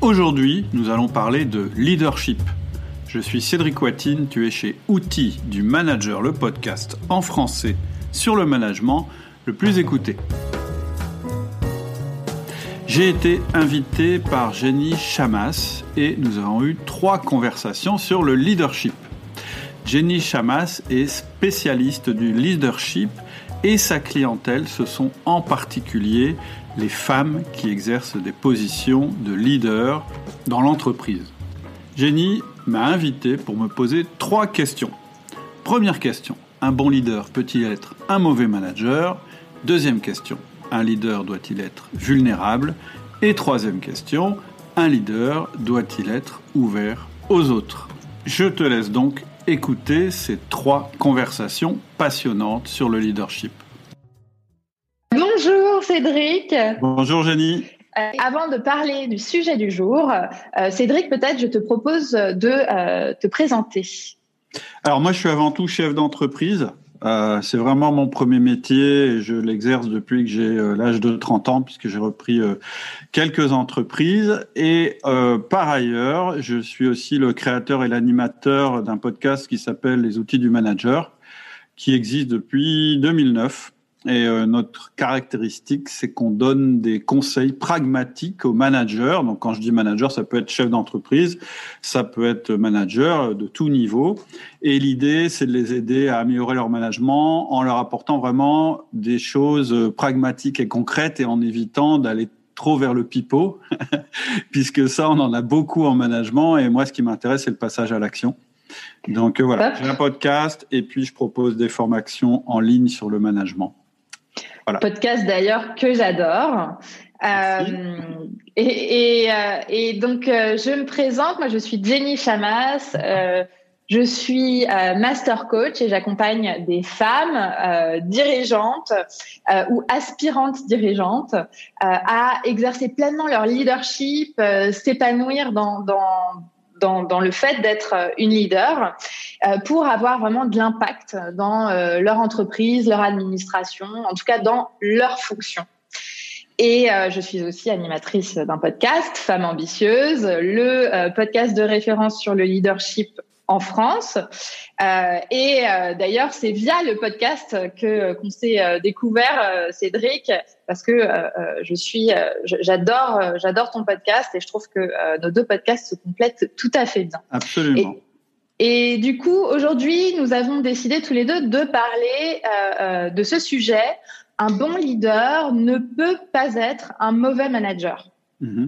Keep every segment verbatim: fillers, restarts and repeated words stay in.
Aujourd'hui, nous allons parler de leadership. Je suis Cédric Watine, tu es chez Outils du Manager, le podcast en français sur le management le plus écouté. J'ai été invité par Jenny Chamas et nous avons eu trois conversations sur le leadership. Jenny Chamas est spécialiste du leadership et sa clientèle, ce sont en particulier les femmes qui exercent des positions de leader dans l'entreprise. Jenny m'a invité pour me poser trois questions. Première question, un bon leader peut-il être un mauvais manager ? Deuxième question, un leader doit-il être vulnérable ? Et troisième question, un leader doit-il être ouvert aux autres ? Je te laisse donc écouter ces trois conversations passionnantes sur le leadership. Bonjour Cédric. Bonjour Jenny. Euh, avant de parler du sujet du jour, euh, Cédric, peut-être je te propose de euh, te présenter. Alors moi, je suis avant tout chef d'entreprise. Euh, c'est vraiment mon premier métier et je l'exerce depuis que j'ai euh, l'âge de trente ans puisque j'ai repris euh, quelques entreprises. Et euh, par ailleurs, je suis aussi le créateur et l'animateur d'un podcast qui s'appelle Les Outils du Manager, qui existe depuis deux mille neuf. Et euh, notre caractéristique, c'est qu'on donne des conseils pragmatiques aux managers. Donc, quand je dis manager, ça peut être chef d'entreprise, ça peut être manager de tout niveau. Et l'idée, c'est de les aider à améliorer leur management en leur apportant vraiment des choses pragmatiques et concrètes et en évitant d'aller trop vers le pipeau, puisque ça, on en a beaucoup en management. Et moi, ce qui m'intéresse, c'est le passage à l'action. Donc euh, voilà, j'ai un podcast et puis je propose des formations en ligne sur le management. Voilà. Podcast d'ailleurs que j'adore. Euh, et, et, euh, et donc, euh, je me présente. Moi, je suis Jenny Chamas. Euh, je suis euh, master coach et j'accompagne des femmes euh, dirigeantes euh, ou aspirantes dirigeantes euh, à exercer pleinement leur leadership, euh, s'épanouir dans, dans Dans, dans le fait d'être une leader euh, pour avoir vraiment de l'impact dans euh, leur entreprise, leur administration, en tout cas dans leur fonction. Et euh, je suis aussi animatrice d'un podcast, Femmes Ambitieuses, le euh, podcast de référence sur le leadership en France. Euh, et euh, d'ailleurs, c'est via le podcast que qu'on s'est euh, découvert, euh, Cédric, parce que euh, je suis, euh, j'adore, euh, j'adore ton podcast et je trouve que euh, nos deux podcasts se complètent tout à fait bien. Absolument. Et, et du coup, aujourd'hui, nous avons décidé tous les deux de parler euh, de ce sujet. Un bon leader ne peut pas être un mauvais manager. Mm-hmm.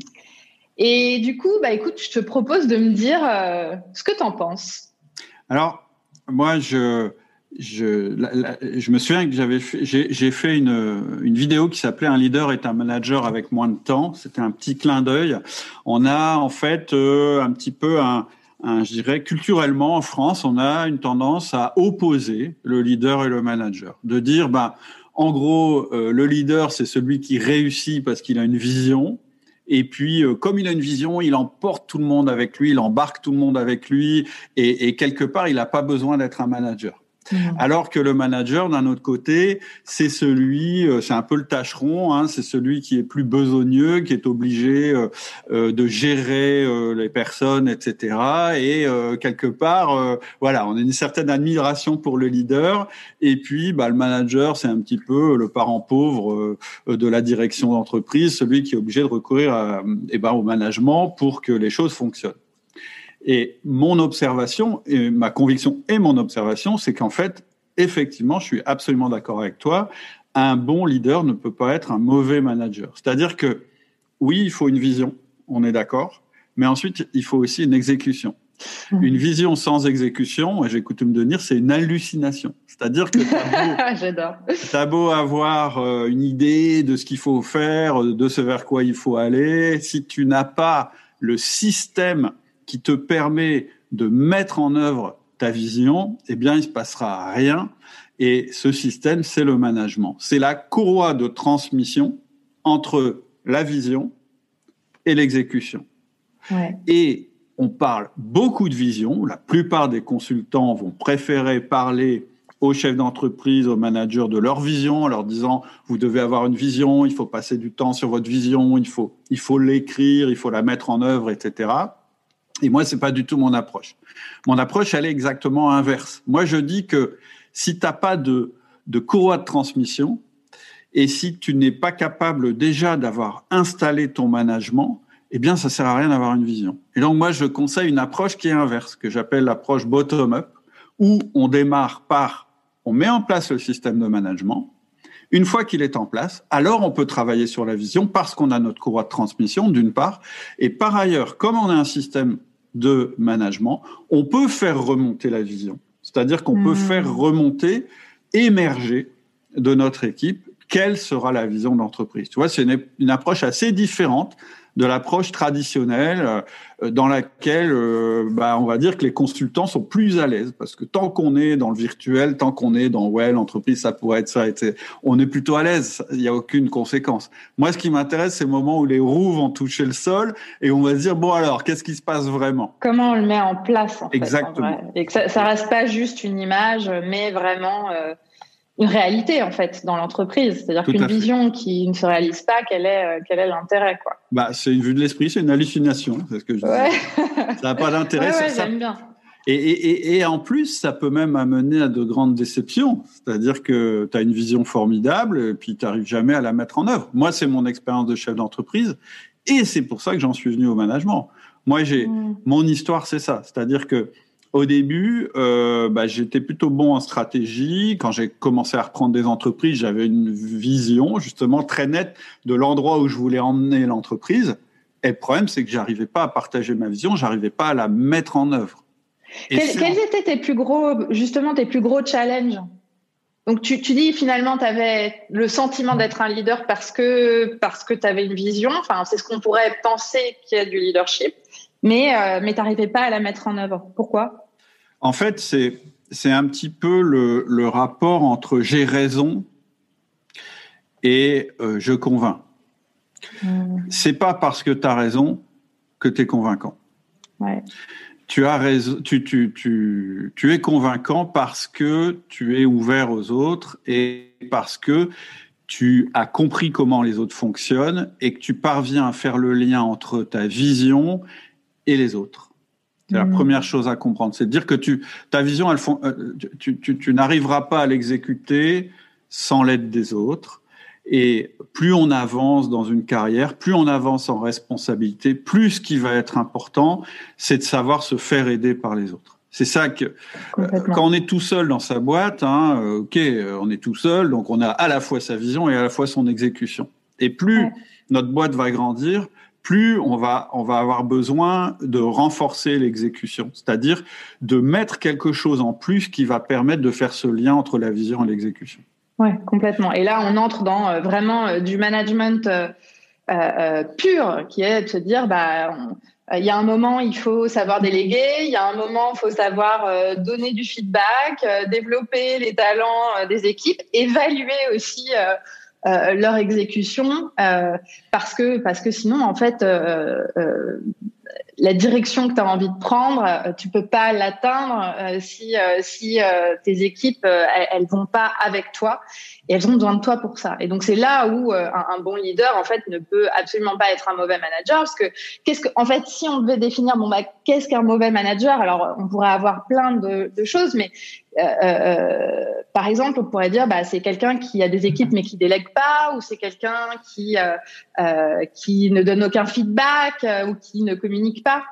Et du coup, bah, écoute, je te propose de me dire euh, ce que tu en penses. Alors, moi, je, je, la, la, je me souviens que j'avais fait, j'ai, j'ai fait une, une vidéo qui s'appelait « Un leader est un manager avec moins de temps ». C'était un petit clin d'œil. On a en fait euh, un petit peu un, un, je dirais, culturellement en France, on a une tendance à opposer le leader et le manager. De dire, ben, en gros, euh, le leader, c'est celui qui réussit parce qu'il a une vision. Et puis, euh, comme il a une vision, il emporte tout le monde avec lui, il embarque tout le monde avec lui, et, et quelque part, il n'a pas besoin d'être un manager. Mmh. Alors que le manager, d'un autre côté, c'est celui, euh, c'est un peu le tâcheron, hein, c'est celui qui est plus besogneux, qui est obligé euh, euh, de gérer euh, les personnes, et cetera. Et euh, quelque part, euh, voilà, on a une certaine admiration pour le leader. Et puis, bah, le manager, c'est un petit peu le parent pauvre euh, de la direction d'entreprise, celui qui est obligé de recourir à, eh ben, au management pour que les choses fonctionnent. Et mon observation, et ma conviction et mon observation, c'est qu'en fait, effectivement, je suis absolument d'accord avec toi, un bon leader ne peut pas être un mauvais manager. C'est-à-dire que, oui, il faut une vision, on est d'accord, mais ensuite, il faut aussi une exécution. Mmh. Une vision sans exécution, et j'ai coutume de dire, c'est une hallucination. C'est-à-dire que t'as beau, J'adore. t'as beau avoir euh, une idée de ce qu'il faut faire, de ce vers quoi il faut aller, si tu n'as pas le système qui te permet de mettre en œuvre ta vision, eh bien, il se passera rien. Et ce système, c'est le management. C'est la courroie de transmission entre la vision et l'exécution. Ouais. Et on parle beaucoup de vision. La plupart des consultants vont préférer parler aux chefs d'entreprise, aux managers de leur vision, en leur disant vous devez avoir une vision, il faut passer du temps sur votre vision, il faut, il faut l'écrire, il faut la mettre en œuvre, et cetera. Et moi, c'est pas du tout mon approche. Mon approche, elle est exactement inverse. Moi, je dis que si tu n'as pas de, de courroie de transmission et si tu n'es pas capable déjà d'avoir installé ton management, eh bien, ça sert à rien d'avoir une vision. Et donc, moi, je conseille une approche qui est inverse, que j'appelle l'approche bottom-up, où on démarre par, on met en place le système de management. Une fois qu'il est en place, alors on peut travailler sur la vision parce qu'on a notre courroie de transmission, d'une part. Et par ailleurs, comme on a un système de management, on peut faire remonter la vision. C'est-à-dire qu'on mmh. peut faire remonter, émerger de notre équipe quelle sera la vision de l'entreprise. Tu vois, c'est une, une approche assez différente de l'approche traditionnelle euh, dans laquelle, euh, bah, on va dire que les consultants sont plus à l'aise parce que tant qu'on est dans le virtuel, tant qu'on est dans ouais, l'entreprise, ça pourrait être ça, et on est plutôt à l'aise. Il n'y a aucune conséquence. Moi, ce qui m'intéresse, c'est le moment où les roues vont toucher le sol et on va se dire bon alors, qu'est-ce qui se passe vraiment ? Comment on le met en place en Exactement. fait, en vrai. Et que ça, ça reste pas juste une image, mais vraiment euh, une réalité en fait dans l'entreprise. C'est-à-dire Tout qu'une vision qui ne se réalise pas, quel est euh, quel est l'intérêt quoi. Bah, c'est une vue de l'esprit, c'est une hallucination, c'est ce que je ouais. dis. Ça n'a pas d'intérêt. Ouais, ça, ouais, ça... j'aime bien. Et, et, et en plus, ça peut même amener à de grandes déceptions. C'est-à-dire que tu as une vision formidable et puis tu n'arrives jamais à la mettre en œuvre. Moi, c'est mon expérience de chef d'entreprise et c'est pour ça que j'en suis venu au management. Moi, j'ai mmh. mon histoire, c'est ça. C'est-à-dire que au début, euh, bah, j'étais plutôt bon en stratégie. Quand j'ai commencé à reprendre des entreprises, j'avais une vision justement très nette de l'endroit où je voulais emmener l'entreprise. Et le problème, c'est que j'arrivais pas à partager ma vision, j'arrivais pas à la mettre en œuvre. Quels, quels étaient tes plus gros, justement, tes plus gros challenges ? Donc, tu, tu dis finalement, tu avais le sentiment d'être un leader parce que parce que tu avais une vision. Enfin, c'est ce qu'on pourrait penser qu'il y a du leadership, mais euh, mais tu n'arrivais pas à la mettre en œuvre. Pourquoi ? En fait, c'est c'est un petit peu le, le rapport entre j'ai raison et euh, je convainc. Mmh. C'est pas parce que tu as raison que tu es convaincant. Ouais. Tu as raison, tu, tu, tu, tu es convaincant parce que tu es ouvert aux autres et parce que tu as compris comment les autres fonctionnent et que tu parviens à faire le lien entre ta vision et les autres. C'est mmh. la première chose à comprendre. C'est de dire que tu, ta vision, elle, tu, tu, tu n'arriveras pas à l'exécuter sans l'aide des autres. Et plus on avance dans une carrière, plus on avance en responsabilité, plus ce qui va être important, c'est de savoir se faire aider par les autres. C'est ça que, euh, quand on est tout seul dans sa boîte, hein, euh, ok, euh, on est tout seul, donc on a à la fois sa vision et à la fois son exécution. Et plus ouais. notre boîte va grandir, plus on va, on va avoir besoin de renforcer l'exécution, c'est-à-dire de mettre quelque chose en plus qui va permettre de faire ce lien entre la vision et l'exécution. Oui, complètement. Et là, on entre dans euh, vraiment euh, du management euh, euh, pur, qui est de se dire, bah, il euh, y a un moment, il faut savoir déléguer, il y a un moment, il faut savoir euh, donner du feedback, euh, développer les talents euh, des équipes, évaluer aussi euh, euh, leur exécution, euh, parce que parce que sinon, en fait, euh, euh, la direction que tu as envie de prendre, tu peux pas l'atteindre euh, si euh, si euh, tes équipes euh, elles, elles vont pas avec toi et elles ont besoin de toi pour ça. Et donc c'est là où euh, un, un bon leader en fait ne peut absolument pas être un mauvais manager parce que qu'est-ce que en fait si on devait définir bon bah qu'est-ce qu'un mauvais manager, alors on pourrait avoir plein de, de choses, mais euh, euh, par exemple on pourrait dire bah c'est quelqu'un qui a des équipes mais qui délègue pas, ou c'est quelqu'un qui euh, euh, qui ne donne aucun feedback euh, ou qui ne communique pas.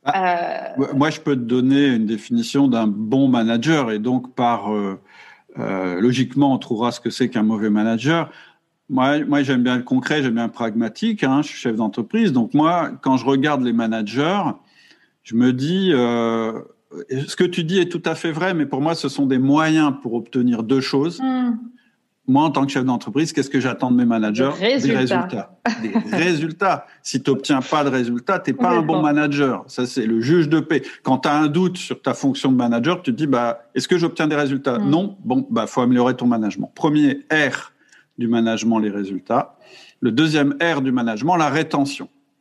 Ah, euh... Moi, je peux te donner une définition d'un bon manager et donc par euh, euh, logiquement, on trouvera ce que c'est qu'un mauvais manager. Moi, moi, j'aime bien le concret, j'aime bien le pragmatique. Hein, je suis chef d'entreprise, donc moi, quand je regarde les managers, je me dis, euh, ce que tu dis est tout à fait vrai, mais pour moi, ce sont des moyens pour obtenir deux choses. Mm. Moi, en tant que chef d'entreprise, qu'est-ce que j'attends de mes managers ? Des résultats. Des résultats. Des résultats. Si tu n'obtiens pas de résultats, tu n'es pas un bon manager. Ça, c'est le juge de paix. Quand tu as un doute sur ta fonction de manager, tu te dis, bah, est-ce que j'obtiens des résultats ? mmh. Non. Bon, bah, faut améliorer ton management. Premier R du management, les résultats. Le deuxième R du management, la rétention.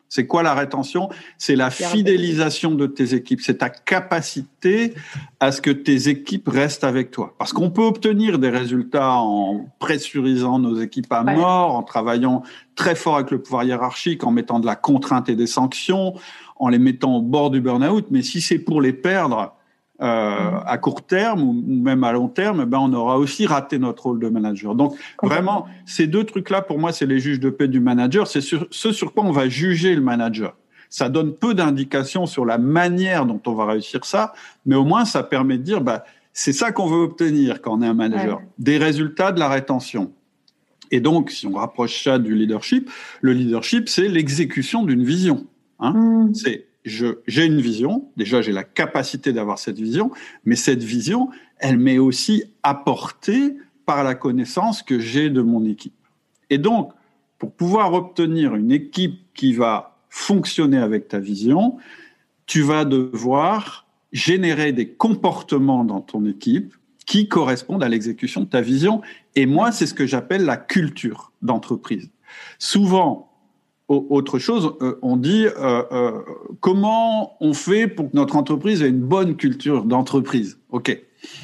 C'est quoi la rétention? C'est la fidélisation de tes équipes. C'est ta capacité à ce que tes équipes restent avec toi. Parce qu'on peut obtenir des résultats en pressurisant nos équipes à mort, en travaillant très fort avec le pouvoir hiérarchique, en mettant de la contrainte et des sanctions, en les mettant au bord du burn-out. Mais si c'est pour les perdre euh, mmh. à court terme ou même à long terme, ben on aura aussi raté notre rôle de manager. Donc vraiment, ces deux trucs-là, pour moi, c'est les juges de paix du manager. C'est sur, ce sur quoi on va juger le manager. Ça donne peu d'indications sur la manière dont on va réussir ça, mais au moins ça permet de dire, bah, c'est ça qu'on veut obtenir quand on est un manager. Ouais. Des résultats, de la rétention. Et donc, si on rapproche ça du leadership, le leadership, c'est l'exécution d'une vision. Hein. Mmh. C'est Je, j'ai une vision, déjà j'ai la capacité d'avoir cette vision, mais cette vision, elle m'est aussi apportée par la connaissance que j'ai de mon équipe. Et donc, pour pouvoir obtenir une équipe qui va fonctionner avec ta vision, tu vas devoir générer des comportements dans ton équipe qui correspondent à l'exécution de ta vision. Et moi, c'est ce que j'appelle la culture d'entreprise. Souvent, autre chose, euh, on dit euh, euh, comment on fait pour que notre entreprise ait une bonne culture d'entreprise. Ok.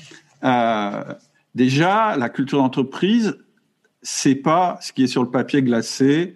Euh, déjà, la culture d'entreprise, c'est pas ce qui est sur le papier glacé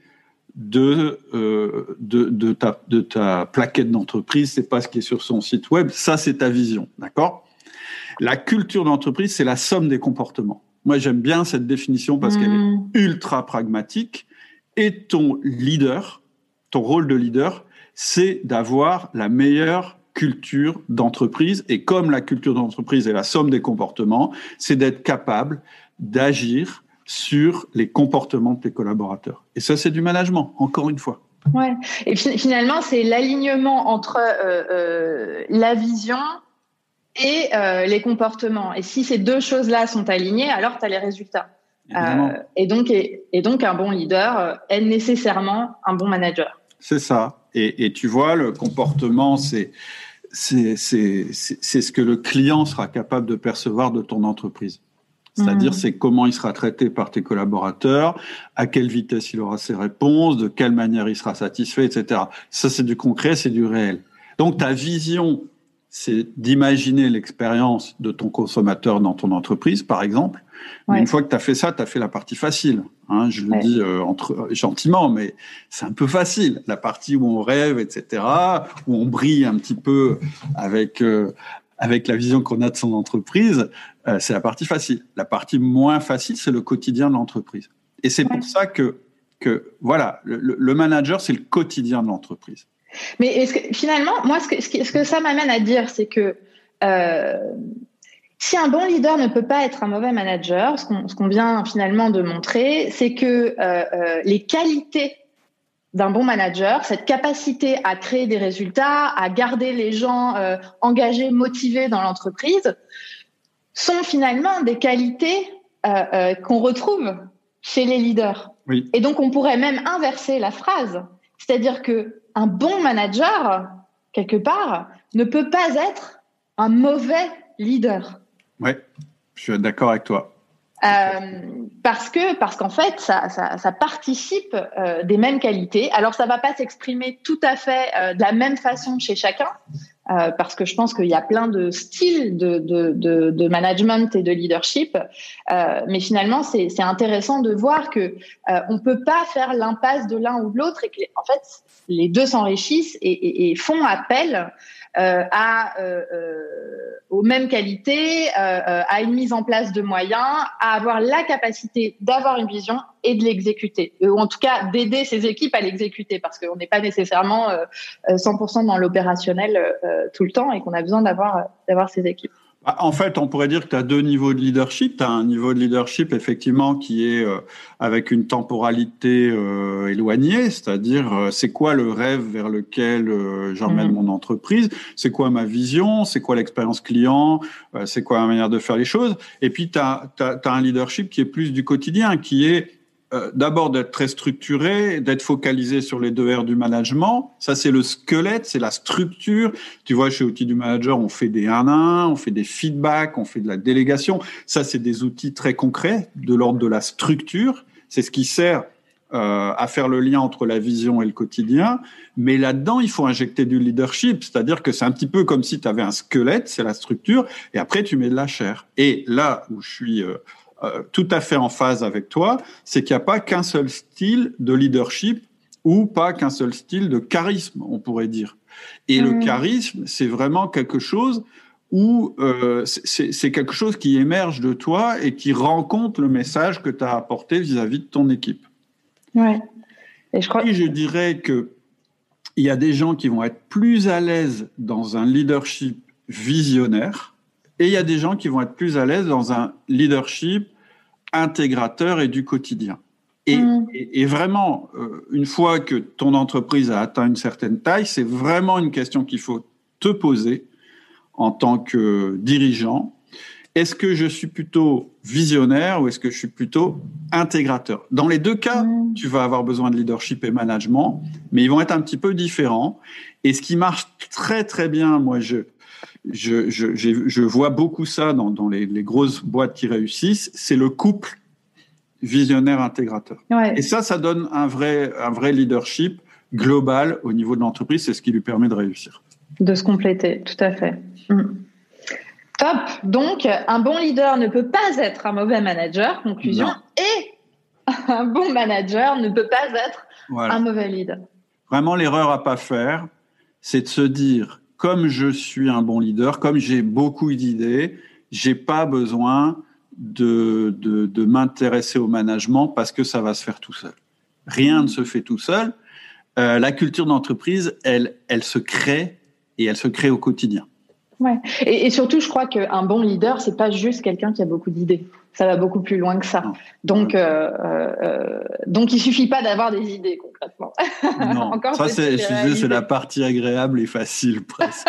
de euh, de, de ta de ta plaquette d'entreprise. C'est pas ce qui est sur son site web. Ça, c'est ta vision, d'accord? La culture d'entreprise, c'est la somme des comportements. Moi, j'aime bien cette définition parce mmh. qu'elle est ultra pragmatique. Et ton leader, ton rôle de leader, c'est d'avoir la meilleure culture d'entreprise. Et comme la culture d'entreprise est la somme des comportements, c'est d'être capable d'agir sur les comportements de tes collaborateurs. Et ça, c'est du management, encore une fois. Ouais. Et finalement, c'est l'alignement entre euh, euh, la vision et euh, les comportements. Et si ces deux choses-là sont alignées, alors tu as les résultats. Euh, et donc, et, et donc, un bon leader euh, est nécessairement un bon manager. C'est ça. Et, et tu vois, le comportement, c'est, c'est, c'est, c'est, c'est ce que le client sera capable de percevoir de ton entreprise. C'est-à-dire, mmh. c'est comment il sera traité par tes collaborateurs, à quelle vitesse il aura ses réponses, de quelle manière il sera satisfait, et cetera. Ça, c'est du concret, c'est du réel. Donc, ta vision, c'est d'imaginer l'expérience de ton consommateur dans ton entreprise, par exemple. Mais ouais. une fois que tu as fait ça, tu as fait la partie facile. Hein, je le ouais. dis euh, entre, gentiment, mais c'est un peu facile. La partie où on rêve, et cetera, où on brille un petit peu avec, euh, avec la vision qu'on a de son entreprise, euh, c'est la partie facile. La partie moins facile, c'est le quotidien de l'entreprise. Et c'est ouais. pour ça que, que voilà, le, le manager, c'est le quotidien de l'entreprise. Mais est-ce que, finalement, moi, ce que, ce que ça m'amène à dire, c'est que euh, si un bon leader ne peut pas être un mauvais manager, ce qu'on, ce qu'on vient finalement de montrer, c'est que euh, euh, les qualités d'un bon manager, cette capacité à créer des résultats, à garder les gens euh, engagés, motivés dans l'entreprise, sont finalement des qualités euh, euh, qu'on retrouve chez les leaders. Oui. Et donc, on pourrait même inverser la phrase, c'est-à-dire que un bon manager, quelque part, ne peut pas être un mauvais leader. Oui, je suis d'accord avec toi. Euh, parce que parce qu'en fait, ça, ça, ça participe euh, des mêmes qualités. Alors, ça va pas s'exprimer tout à fait euh, de la même façon chez chacun, euh, parce que je pense qu'il y a plein de styles de, de, de, de management et de leadership. Euh, mais finalement, c'est, c'est intéressant de voir que euh, on peut pas faire l'impasse de l'un ou de l'autre et que, les, en fait, les deux s'enrichissent et, et, et font appel euh, à euh, euh, aux mêmes qualités, euh, à une mise en place de moyens, à avoir la capacité d'avoir une vision et de l'exécuter, ou en tout cas d'aider ses équipes à l'exécuter, parce qu'on n'est pas nécessairement euh, cent pour cent dans l'opérationnel euh, tout le temps et qu'on a besoin d'avoir d'avoir ces équipes. En fait, on pourrait dire que tu as deux niveaux de leadership. Tu as un niveau de leadership, effectivement, qui est euh, avec une temporalité euh, éloignée, c'est-à-dire euh, c'est quoi le rêve vers lequel euh, j'emmène mmh. mon entreprise, c'est quoi ma vision, c'est quoi l'expérience client, euh, c'est quoi ma manière de faire les choses. Et puis, tu as un leadership qui est plus du quotidien, qui est Euh, d'abord d'être très structuré, d'être focalisé sur les deux R du management. Ça, c'est le squelette, c'est la structure. Tu vois, chez Outils du Manager, on fait des un à un, on fait des feedbacks, on fait de la délégation. Ça, c'est des outils très concrets de l'ordre de la structure. C'est ce qui sert euh, à faire le lien entre la vision et le quotidien. Mais là-dedans, il faut injecter du leadership. C'est-à-dire que c'est un petit peu comme si tu avais un squelette, c'est la structure, et après, tu mets de la chair. Et là où je suis euh, euh, tout à fait en phase avec toi, c'est qu'il n'y a pas qu'un seul style de leadership ou pas qu'un seul style de charisme, on pourrait dire. Et mmh. le charisme, c'est vraiment quelque chose où euh, c'est, c'est quelque chose qui émerge de toi et qui rend compte le message que tu as apporté vis-à-vis de ton équipe. Ouais. Et je crois. Et je dirais que il y a des gens qui vont être plus à l'aise dans un leadership visionnaire et il y a des gens qui vont être plus à l'aise dans un leadership intégrateur et du quotidien. Et, mmh. et, et vraiment, euh, une fois que ton entreprise a atteint une certaine taille, c'est vraiment une question qu'il faut te poser en tant que dirigeant. Est-ce que je suis plutôt visionnaire ou est-ce que je suis plutôt intégrateur ? Dans les deux cas, mmh. tu vas avoir besoin de leadership et management, mais ils vont être un petit peu différents. Et ce qui marche très, très bien, moi, je, je, je, je, je vois beaucoup ça dans, dans les, les grosses boîtes qui réussissent, c'est le couple visionnaire-intégrateur. Ouais. Et ça, ça donne un vrai, un vrai leadership global au niveau de l'entreprise. C'est ce qui lui permet de réussir. De se compléter, tout à fait. Mmh. Top. Donc, un bon leader ne peut pas être un mauvais manager, conclusion, non. Et un bon manager ne peut pas être voilà. un mauvais leader. Vraiment, l'erreur à pas faire, c'est de se dire, comme je suis un bon leader, comme j'ai beaucoup d'idées, j'ai pas besoin de, de, de m'intéresser au management parce que ça va se faire tout seul. Rien ne se fait tout seul. Euh, la culture d'entreprise, elle, elle se crée et elle se crée au quotidien. Ouais. Et, et surtout, je crois qu'un bon leader, c'est pas juste quelqu'un qui a beaucoup d'idées. Ça va beaucoup plus loin que ça. Non. Donc, euh, euh, donc, il suffit pas d'avoir des idées concrètement. Non. Encore ça, c'est, je disais, c'est la partie agréable et facile presque.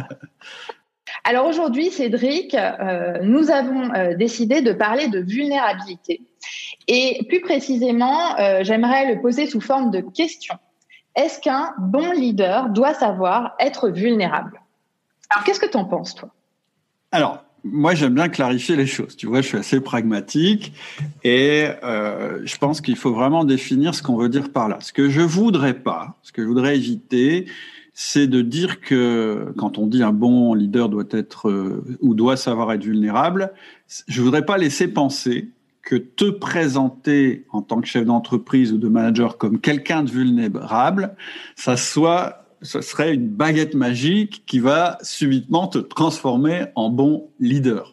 Alors aujourd'hui, Cédric, euh, nous avons euh, décidé de parler de vulnérabilité. Et plus précisément, euh, j'aimerais le poser sous forme de question. Est-ce qu'un bon leader doit savoir être vulnérable ? Alors, qu'est-ce que tu en penses, toi ? Alors, moi, j'aime bien clarifier les choses. Tu vois, je suis assez pragmatique et euh, je pense qu'il faut vraiment définir ce qu'on veut dire par là. Ce que je voudrais pas, ce que je voudrais éviter, c'est de dire que quand on dit un bon leader doit être euh, ou doit savoir être vulnérable, je voudrais pas laisser penser que te présenter en tant que chef d'entreprise ou de manager comme quelqu'un de vulnérable, ça soit ce serait une baguette magique qui va subitement te transformer en bon leader.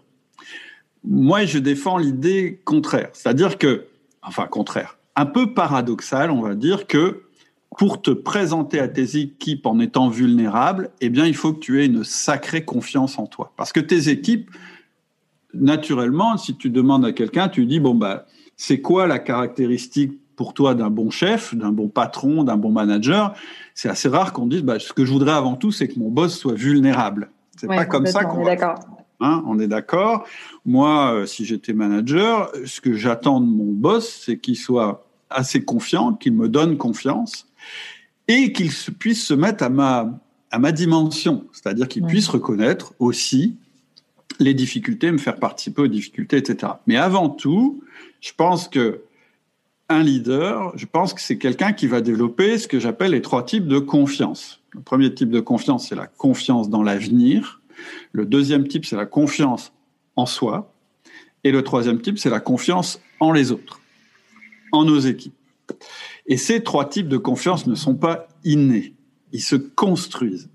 Moi, je défends l'idée contraire. C'est-à-dire que, enfin, contraire, un peu paradoxal, on va dire que pour te présenter à tes équipes en étant vulnérable, eh bien, il faut que tu aies une sacrée confiance en toi. Parce que tes équipes, naturellement, si tu demandes à quelqu'un, tu dis, bon, bah, c'est quoi la caractéristique pour toi d'un bon chef, d'un bon patron, d'un bon manager? C'est assez rare qu'on dise, bah, ce que je voudrais avant tout, c'est que mon boss soit vulnérable. C'est ouais, pas comme ça qu'on on va est d'accord. Hein, on est d'accord. Moi, euh, si j'étais manager, ce que j'attends de mon boss, c'est qu'il soit assez confiant, qu'il me donne confiance et qu'il se, puisse se mettre à ma, à ma dimension. C'est-à-dire qu'il ouais. puisse reconnaître aussi les difficultés, me faire participer aux difficultés, et cetera. Mais avant tout, je pense que un leader, je pense que c'est quelqu'un qui va développer ce que j'appelle les trois types de confiance. Le premier type de confiance, c'est la confiance dans l'avenir. Le deuxième type, c'est la confiance en soi. Et le troisième type, c'est la confiance en les autres, en nos équipes. Et ces trois types de confiance ne sont pas innés. Ils se construisent.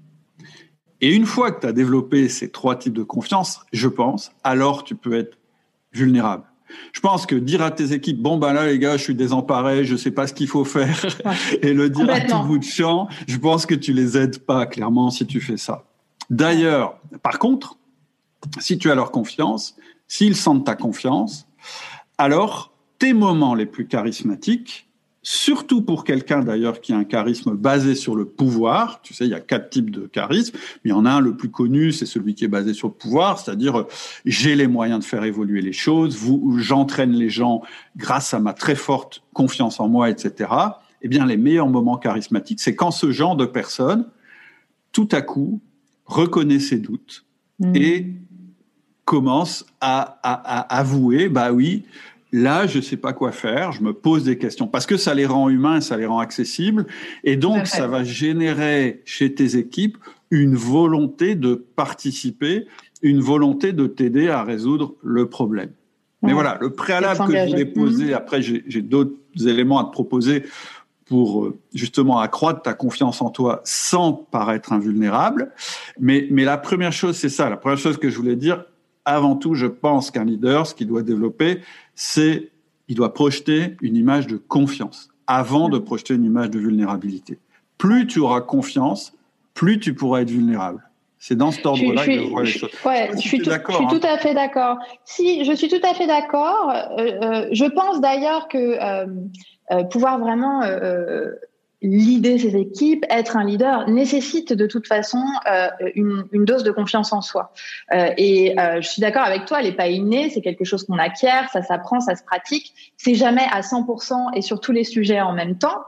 Et une fois que tu as développé ces trois types de confiance, je pense, alors tu peux être vulnérable. Je pense que dire à tes équipes, bon ben là les gars, je suis désemparé, je sais pas ce qu'il faut faire, ouais. et le dire à tout bout de champ, je pense que tu les aides pas clairement si tu fais ça. D'ailleurs, par contre, si tu as leur confiance, s'ils sentent ta confiance, alors tes moments les plus charismatiques, surtout pour quelqu'un d'ailleurs qui a un charisme basé sur le pouvoir, tu sais, il y a quatre types de charisme, mais il y en a un, le plus connu, c'est celui qui est basé sur le pouvoir, c'est-à-dire j'ai les moyens de faire évoluer les choses, vous, j'entraîne les gens grâce à ma très forte confiance en moi, et cetera. Eh bien, les meilleurs moments charismatiques, c'est quand ce genre de personne, tout à coup, reconnaît ses doutes mmh. et commence à, à, à avouer, bah oui, là, je ne sais pas quoi faire, je me pose des questions, parce que ça les rend humains, ça les rend accessibles, et donc ça va générer chez tes équipes une volonté de participer, une volonté de t'aider à résoudre le problème. Mais ouais. voilà, le préalable que je voulais poser, mmh. après j'ai, j'ai d'autres éléments à te proposer pour justement accroître ta confiance en toi sans paraître invulnérable. Mais, mais la première chose, c'est ça, la première chose que je voulais dire, avant tout, je pense qu'un leader, ce qu'il doit développer, c'est il doit projeter une image de confiance avant de projeter une image de vulnérabilité. Plus tu auras confiance, plus tu pourras être vulnérable. C'est dans cet ordre-là que je vois les choses. Ouais, je, si je suis, tout, je suis hein. tout à fait d'accord. Si, je suis tout à fait d'accord. Euh, euh, je pense d'ailleurs que euh, euh, pouvoir vraiment euh, leader ses équipes, être un leader, nécessite de toute façon euh, une, une dose de confiance en soi. Euh, et euh, je suis d'accord avec toi, elle n'est pas innée, c'est quelque chose qu'on acquiert, ça s'apprend, ça se pratique. C'est jamais à cent pour cent et sur tous les sujets en même temps.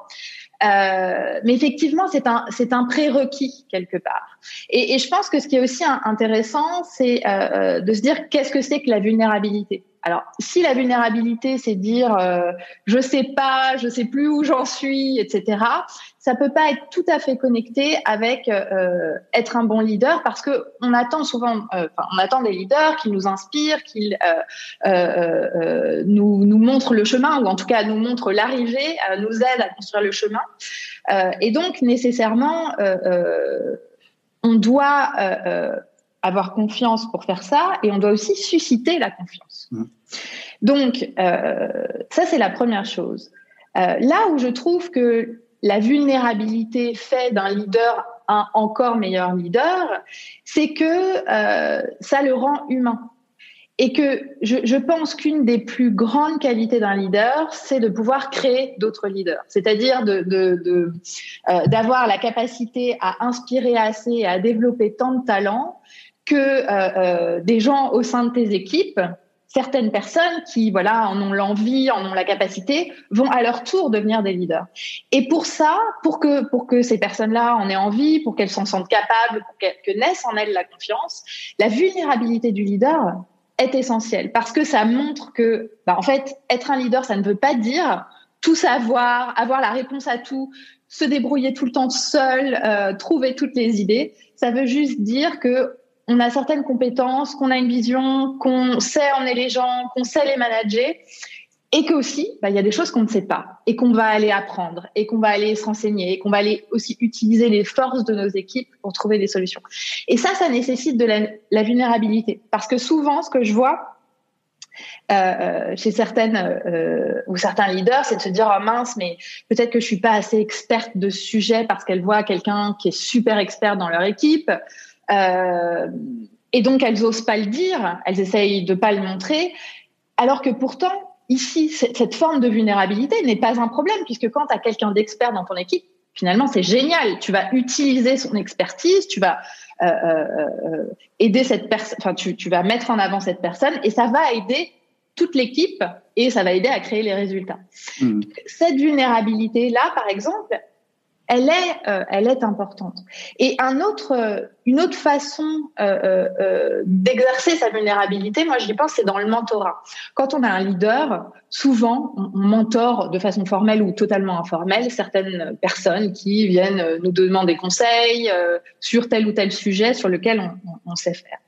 Euh, mais effectivement, c'est un c'est un prérequis quelque part. Et, et je pense que ce qui est aussi un, intéressant, c'est euh, de se dire qu'est-ce que c'est que la vulnérabilité. Alors, si la vulnérabilité, c'est dire euh, je sais pas, je sais plus où j'en suis, et cetera. Ça peut pas être tout à fait connecté avec euh, être un bon leader, parce que on attend souvent, euh, enfin, on attend des leaders qui nous inspirent, qui euh, euh, euh, nous nous montrent le chemin, ou en tout cas nous montrent l'arrivée, euh, nous aident à construire le chemin. Euh, et donc nécessairement, euh, euh, on doit euh, euh, avoir confiance pour faire ça, et on doit aussi susciter la confiance. Mmh. Donc, euh, ça, c'est la première chose. Euh, là où je trouve que la vulnérabilité fait d'un leader un encore meilleur leader, c'est que euh, ça le rend humain. Et que je, je pense qu'une des plus grandes qualités d'un leader, c'est de pouvoir créer d'autres leaders. C'est-à-dire de, de, de, euh, d'avoir la capacité à inspirer assez et à développer tant de talents que euh, euh, des gens au sein de tes équipes, certaines personnes qui voilà en ont l'envie, en ont la capacité, vont à leur tour devenir des leaders. Et pour ça, pour que pour que ces personnes-là en aient envie, pour qu'elles s'en sentent capables, pour que naisse en elles la confiance, la vulnérabilité du leader est essentielle, parce que ça montre que bah, en fait être un leader, ça ne veut pas dire tout savoir, avoir la réponse à tout, se débrouiller tout le temps seul, euh, trouver toutes les idées. Ça veut juste dire que on a certaines compétences, qu'on a une vision, qu'on sait emmener les gens, qu'on sait les manager, et qu'aussi, bah, il y a des choses qu'on ne sait pas, et qu'on va aller apprendre, et qu'on va aller se renseigner, et qu'on va aller aussi utiliser les forces de nos équipes pour trouver des solutions. Et ça, ça nécessite de la, la vulnérabilité. Parce que souvent, ce que je vois euh, chez certaines euh, ou certains leaders, c'est de se dire « Oh mince, mais peut-être que je suis pas assez experte de ce sujet » parce qu'elles voient quelqu'un qui est super expert dans leur équipe. Euh, et donc elles osent pas le dire, elles essayent de pas le montrer, alors que pourtant ici cette forme de vulnérabilité n'est pas un problème, puisque quand tu as quelqu'un d'expert dans ton équipe, finalement c'est génial, tu vas utiliser son expertise, tu vas euh, euh, aider cette personne, enfin tu, tu vas mettre en avant cette personne, et ça va aider toute l'équipe et ça va aider à créer les résultats. Mmh. Cette vulnérabilité là, par exemple, elle est, euh, elle est importante. Et un autre, euh, une autre façon euh, euh, d'exercer sa vulnérabilité, moi j'y pense, c'est dans le mentorat. Quand on a un leader, souvent on, on mentore de façon formelle ou totalement informelle certaines personnes qui viennent nous demander des conseils euh, sur tel ou tel sujet sur lequel on, on, on sait faire.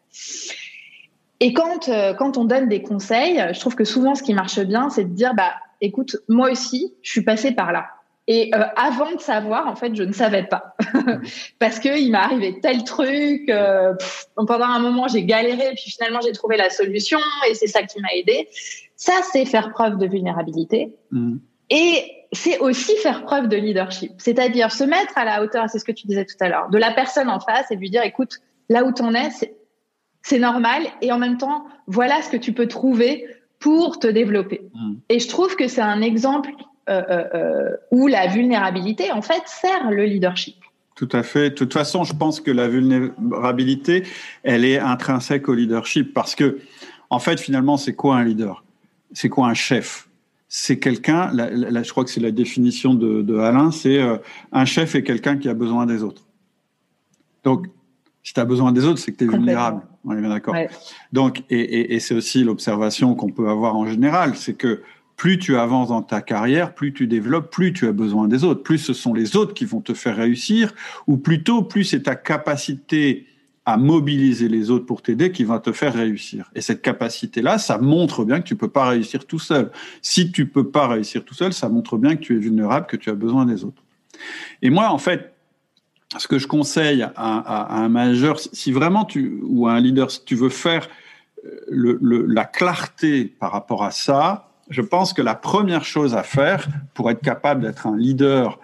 Et quand euh, quand on donne des conseils, je trouve que souvent ce qui marche bien, c'est de dire bah écoute, moi aussi, je suis passée par là. Et euh, avant de savoir, en fait, je ne savais pas parce que il m'est arrivé tel truc. Euh, pff, pendant un moment, j'ai galéré, puis finalement, j'ai trouvé la solution, et c'est ça qui m'a aidé. Ça, c'est faire preuve de vulnérabilité, mmh. et c'est aussi faire preuve de leadership, c'est-à-dire se mettre à la hauteur. C'est ce que tu disais tout à l'heure, de la personne en face, et lui dire, écoute, là où t'en es, c'est, c'est normal, et en même temps, voilà ce que tu peux trouver pour te développer. Mmh. Et je trouve que c'est un exemple. Euh, euh, où la vulnérabilité, en fait, sert le leadership. Tout à fait. De toute façon, je pense que la vulnérabilité, elle est intrinsèque au leadership, parce que, en fait, finalement, c'est quoi un leader ? C'est quoi un chef ? C'est quelqu'un, là, là, je crois que c'est la définition de, de Alain, c'est euh, un chef est quelqu'un qui a besoin des autres. Donc, Si tu as besoin des autres, c'est que tu es vulnérable. On est bien d'accord. Ouais. Donc, et, et, et c'est aussi l'observation qu'on peut avoir en général, c'est que plus tu avances dans ta carrière, plus tu développes, plus tu as besoin des autres. Plus ce sont les autres qui vont te faire réussir, ou plutôt, plus c'est ta capacité à mobiliser les autres pour t'aider qui va te faire réussir. Et cette capacité-là, ça montre bien que tu peux pas réussir tout seul. Si tu peux pas réussir tout seul, ça montre bien que tu es vulnérable, que tu as besoin des autres. Et moi, en fait, ce que je conseille à, à, à un manager, si vraiment tu, ou à un leader, si tu veux faire le, le, la clarté par rapport à ça, je pense que la première chose à faire pour être capable d'être un leader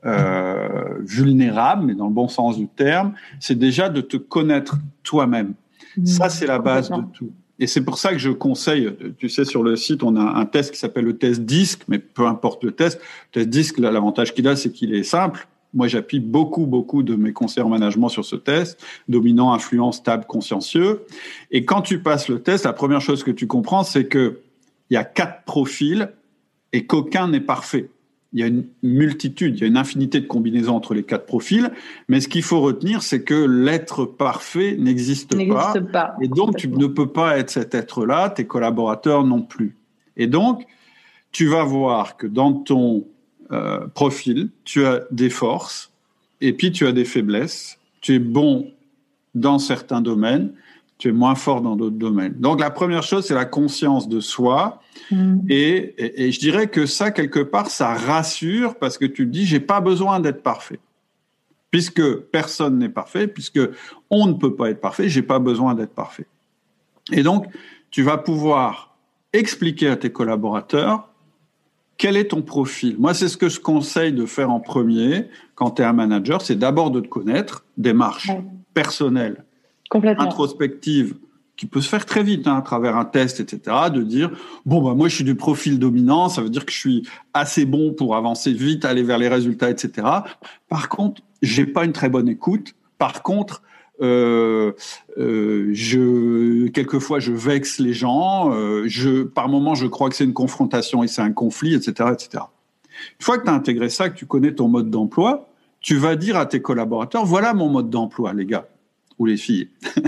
euh, vulnérable, mais dans le bon sens du terme, c'est déjà de te connaître toi-même. Mmh, ça, c'est la base de tout. Et c'est pour ça que je conseille, tu sais, sur le site, on a un test qui s'appelle le test DISC, mais peu importe le test. Le test DISC, l'avantage qu'il a, c'est qu'il est simple. Moi, j'appuie beaucoup, beaucoup de mes conseillers en management sur ce test, dominant, influent, stable, consciencieux. Et quand tu passes le test, la première chose que tu comprends, c'est que il y a quatre profils et qu'aucun n'est parfait. Il y a une multitude, il y a une infinité de combinaisons entre les quatre profils. Mais ce qu'il faut retenir, c'est que l'être parfait n'existe, n'existe pas. pas. Et donc, tu ne peux pas être cet être-là, tes collaborateurs non plus. Et donc, tu vas voir que dans ton Euh, profil, tu as des forces et puis tu as des faiblesses. Tu es bon dans certains domaines, tu es moins fort dans d'autres domaines. Donc la première chose, c'est la conscience de soi. Mmh. Et, et, et je dirais que ça, quelque part, ça rassure parce que tu te dis, j'ai pas besoin d'être parfait. Puisque personne n'est parfait, puisque on ne peut pas être parfait, j'ai pas besoin d'être parfait. Et donc, tu vas pouvoir expliquer à tes collaborateurs quel est ton profil. Moi, c'est ce que je conseille de faire en premier quand tu es un manager, c'est d'abord de te connaître, démarche ouais. personnelle, introspective, qui peut se faire très vite hein, à travers un test, et cetera, de dire, bon, bah, moi, je suis du profil dominant, ça veut dire que je suis assez bon pour avancer vite, aller vers les résultats, et cetera. Par contre, j'ai pas une très bonne écoute. Par contre, Euh, euh, je, quelquefois, je vexe les gens. Euh, je, par moments, je crois que c'est une confrontation et c'est un conflit, et cetera, et cetera. Une fois que tu as intégré ça, que tu connais ton mode d'emploi, tu vas dire à tes collaborateurs, voilà mon mode d'emploi, les gars ou les filles.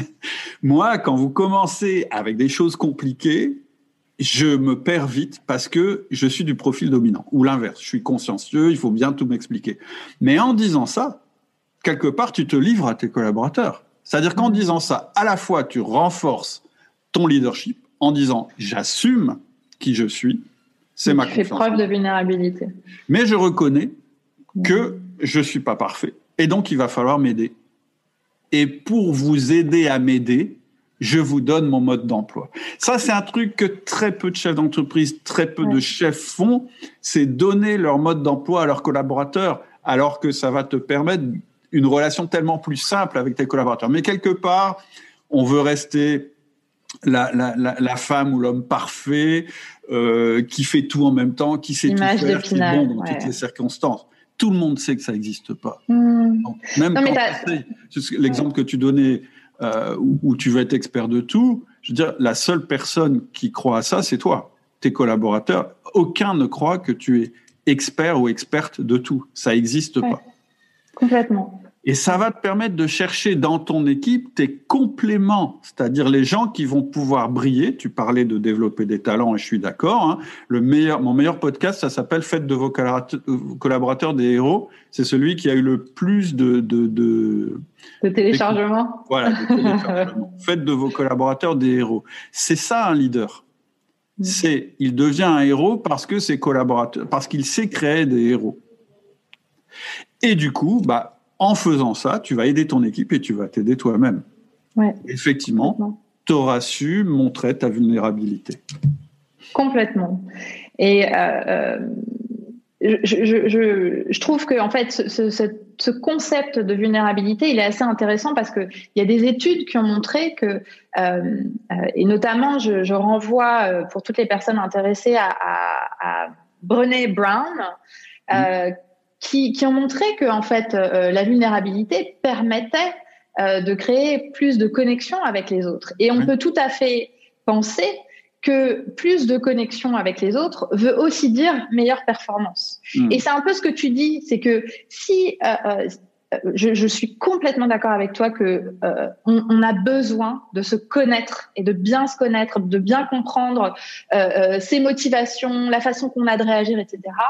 Moi, quand vous commencez avec des choses compliquées, je me perds vite parce que je suis du profil dominant. Ou l'inverse, je suis consciencieux, il faut bien tout m'expliquer. Mais en disant ça, quelque part, tu te livres à tes collaborateurs. C'est-à-dire qu'en disant ça, à la fois, tu renforces ton leadership en disant « j'assume qui je suis », c'est ma confiance. Tu fais preuve de vulnérabilité. Mais je reconnais que je ne suis pas parfait. Et donc, il va falloir m'aider. Et pour vous aider à m'aider, je vous donne mon mode d'emploi. Ça, c'est un truc que très peu de chefs d'entreprise, très peu ouais. de chefs font, c'est donner leur mode d'emploi à leurs collaborateurs, alors que ça va te permettre une relation tellement plus simple avec tes collaborateurs. Mais quelque part, on veut rester la, la, la, la femme ou l'homme parfait, euh, qui fait tout en même temps, qui sait Image tout faire, qui est bon dans ouais. toutes les circonstances. Tout le monde sait que ça n'existe pas. Mmh. Donc, même non, quand tu sais, l'exemple ouais. que tu donnais, euh, où, où tu veux être expert de tout, je veux dire, la seule personne qui croit à ça, c'est toi. Tes collaborateurs, aucun ne croit que tu es expert ou experte de tout. Ça n'existe ouais. pas. Complètement. Et ça va te permettre de chercher dans ton équipe tes compléments, c'est-à-dire les gens qui vont pouvoir briller. Tu parlais de développer des talents et je suis d'accord. Hein. Le meilleur, mon meilleur podcast, ça s'appelle Faites de vos collaborateurs des héros. C'est celui qui a eu le plus de... De, de, de téléchargements. Voilà, de téléchargements. Faites de vos collaborateurs des héros. C'est ça un leader. Mmh. C'est, il devient un héros parce que ses collaborateurs, parce qu'il sait créer des héros. Et du coup, bah, en faisant ça, tu vas aider ton équipe et tu vas t'aider toi-même. Ouais. Effectivement, tu auras su montrer ta vulnérabilité. Complètement. Et euh, euh, je, je, je, je trouve que en fait, ce, ce, ce concept de vulnérabilité, il est assez intéressant parce que il y a des études qui ont montré que, euh, euh, et notamment, je, je renvoie pour toutes les personnes intéressées à, à, à Brené Brown. Euh, mmh. Qui, qui ont montré que en fait euh, la vulnérabilité permettait euh, de créer plus de connexion avec les autres. Et on oui. peut tout à fait penser que plus de connexion avec les autres veut aussi dire meilleure performance. Mmh. Et c'est un peu ce que tu dis, c'est que si euh, euh, je, je suis complètement d'accord avec toi que euh, on, on a besoin de se connaître et de bien se connaître, de bien comprendre euh, euh, ses motivations, la façon qu'on a de réagir, et cetera,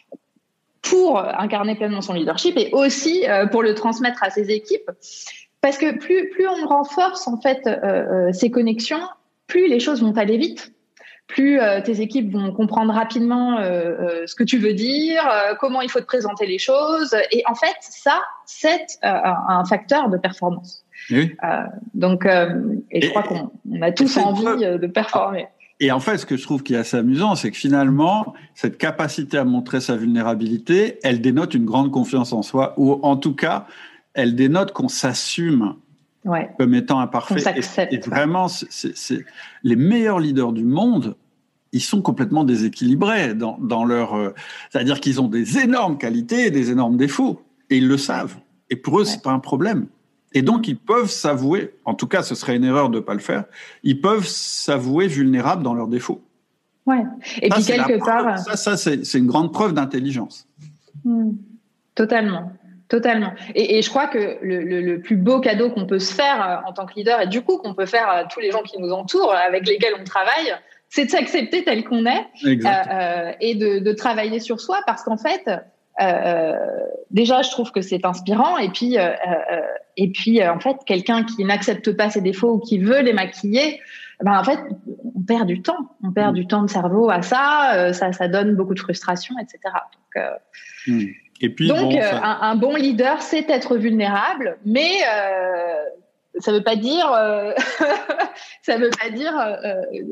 pour incarner pleinement son leadership et aussi euh, pour le transmettre à ses équipes. Parce que plus, plus on renforce en fait euh, euh, ces connexions, plus les choses vont aller vite. Plus euh, tes équipes vont comprendre rapidement euh, euh, ce que tu veux dire, euh, comment il faut te présenter les choses. Et en fait, ça, c'est euh, un facteur de performance. Oui. Euh, donc, euh, et je et, crois qu'on on a tous envie preuve. de performer. Et en fait, ce que je trouve qui est assez amusant, c'est que finalement, cette capacité à montrer sa vulnérabilité, elle dénote une grande confiance en soi, ou en tout cas, elle dénote qu'on s'assume ouais. comme étant imparfait. Et, et vraiment, c'est, c'est, les meilleurs leaders du monde, ils sont complètement déséquilibrés dans, dans leur... Euh, c'est-à-dire qu'ils ont des énormes qualités et des énormes défauts. Et ils le savent. Et pour eux, ouais. c'est pas un problème. Et donc, ils peuvent s'avouer, en tout cas, ce serait une erreur de ne pas le faire, ils peuvent s'avouer vulnérables dans leurs défauts. Ouais. Et ça, puis quelque part... Ça, ça c'est, c'est une grande preuve d'intelligence. Mmh. Totalement. Totalement. Et, et je crois que le, le, le plus beau cadeau qu'on peut se faire en tant que leader, et du coup qu'on peut faire à tous les gens qui nous entourent, avec lesquels on travaille, c'est de s'accepter tel qu'on est euh, et de, de travailler sur soi, parce qu'en fait, euh, déjà, je trouve que c'est inspirant. Et puis, euh, euh, et puis, euh, en fait, quelqu'un qui n'accepte pas ses défauts ou qui veut les maquiller, ben en fait, on perd du temps. On perd mmh. du temps de cerveau à ça. Euh, ça, ça donne beaucoup de frustration, et cetera. Donc, euh, mmh. Et puis, Donc, bon, euh, ça... un, un bon leader, c'est être vulnérable, mais euh, ça veut pas dire, euh, ça veut pas dire euh,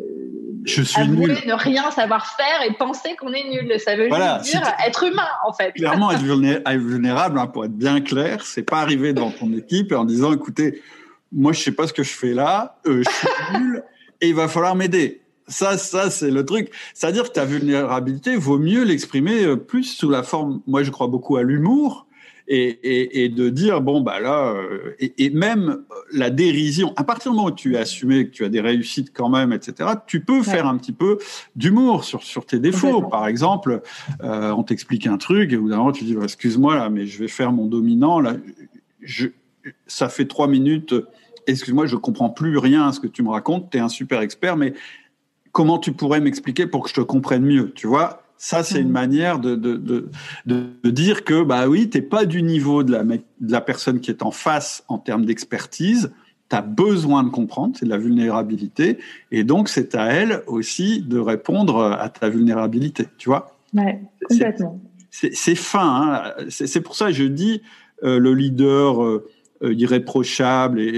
je suis avouer nul. ne rien savoir faire et penser qu'on est nul. Ça veut voilà, juste dire si être humain, en fait. Clairement, être vulnérable, hein, pour être bien clair, c'est pas arriver dans ton équipe en disant, écoutez, moi je sais pas ce que je fais là, euh, je suis nul et il va falloir m'aider. Ça, ça, c'est le truc. C'est-à-dire que ta vulnérabilité, vaut mieux l'exprimer plus sous la forme, moi je crois beaucoup à l'humour, et, et, et de dire, bon, bah là, et, et même la dérision, à partir du moment où tu as assumé que tu as des réussites quand même, et cetera, tu peux ouais. faire un petit peu d'humour sur, sur tes défauts. Par exemple, euh, on t'explique un truc, et au bout d'un moment, tu dis, bah, excuse-moi, là, mais je vais faire mon dominant, là, je, ça fait trois minutes, excuse-moi, je comprends plus rien à ce que tu me racontes, tu es un super expert, mais comment tu pourrais m'expliquer pour que je te comprenne mieux, tu vois ? Ça, c'est mmh. une manière de, de, de, de dire que, bah oui, t'es pas du niveau de la, de la personne qui est en face en termes d'expertise, tu as besoin de comprendre, c'est de la vulnérabilité, et donc c'est à elle aussi de répondre à ta vulnérabilité, tu vois ? Ouais, complètement. C'est, c'est, c'est fin, hein. c'est, c'est pour ça que je dis, euh, le leader... Euh, irréprochable et,